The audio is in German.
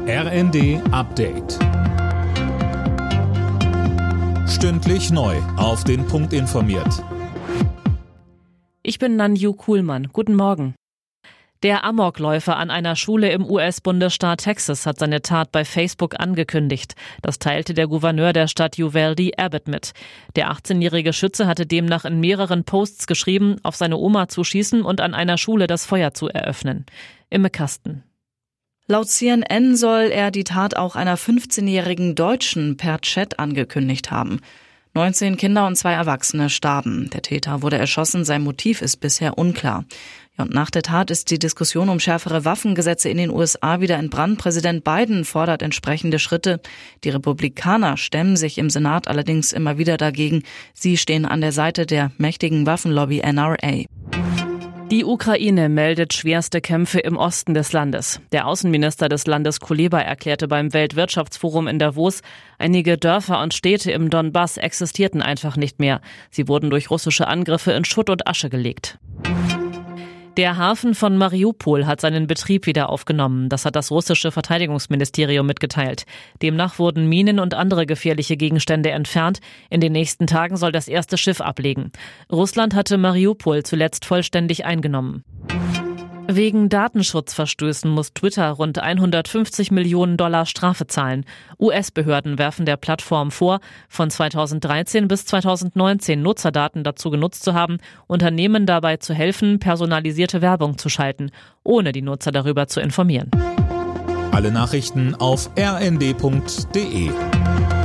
RND Update. Stündlich neu auf den Punkt informiert. Ich bin Nanju Kuhlmann. Guten Morgen. Der Amokläufer an einer Schule im US-Bundesstaat Texas hat seine Tat bei Facebook angekündigt. Das teilte der Gouverneur der Stadt Uvalde, Abbott, mit. Der 18-jährige Schütze hatte demnach in mehreren Posts geschrieben, auf seine Oma zu schießen und an einer Schule das Feuer zu eröffnen. Imme Kasten. Laut CNN soll er die Tat auch einer 15-jährigen Deutschen per Chat angekündigt haben. 19 Kinder und 2 Erwachsene starben. Der Täter wurde erschossen, sein Motiv ist bisher unklar. Und nach der Tat ist die Diskussion um schärfere Waffengesetze in den USA wieder entbrannt. Präsident Biden fordert entsprechende Schritte. Die Republikaner stemmen sich im Senat allerdings immer wieder dagegen. Sie stehen an der Seite der mächtigen Waffenlobby NRA. Die Ukraine meldet schwerste Kämpfe im Osten des Landes. Der Außenminister des Landes Kuleba erklärte beim Weltwirtschaftsforum in Davos, einige Dörfer und Städte im Donbass existierten einfach nicht mehr. Sie wurden durch russische Angriffe in Schutt und Asche gelegt. Der Hafen von Mariupol hat seinen Betrieb wieder aufgenommen. Das hat das russische Verteidigungsministerium mitgeteilt. Demnach wurden Minen und andere gefährliche Gegenstände entfernt. In den nächsten Tagen soll das erste Schiff ablegen. Russland hatte Mariupol zuletzt vollständig eingenommen. Wegen Datenschutzverstößen muss Twitter rund $150 Millionen Strafe zahlen. US-Behörden werfen der Plattform vor, von 2013 bis 2019 Nutzerdaten dazu genutzt zu haben, Unternehmen dabei zu helfen, personalisierte Werbung zu schalten, ohne die Nutzer darüber zu informieren. Alle Nachrichten auf rnd.de.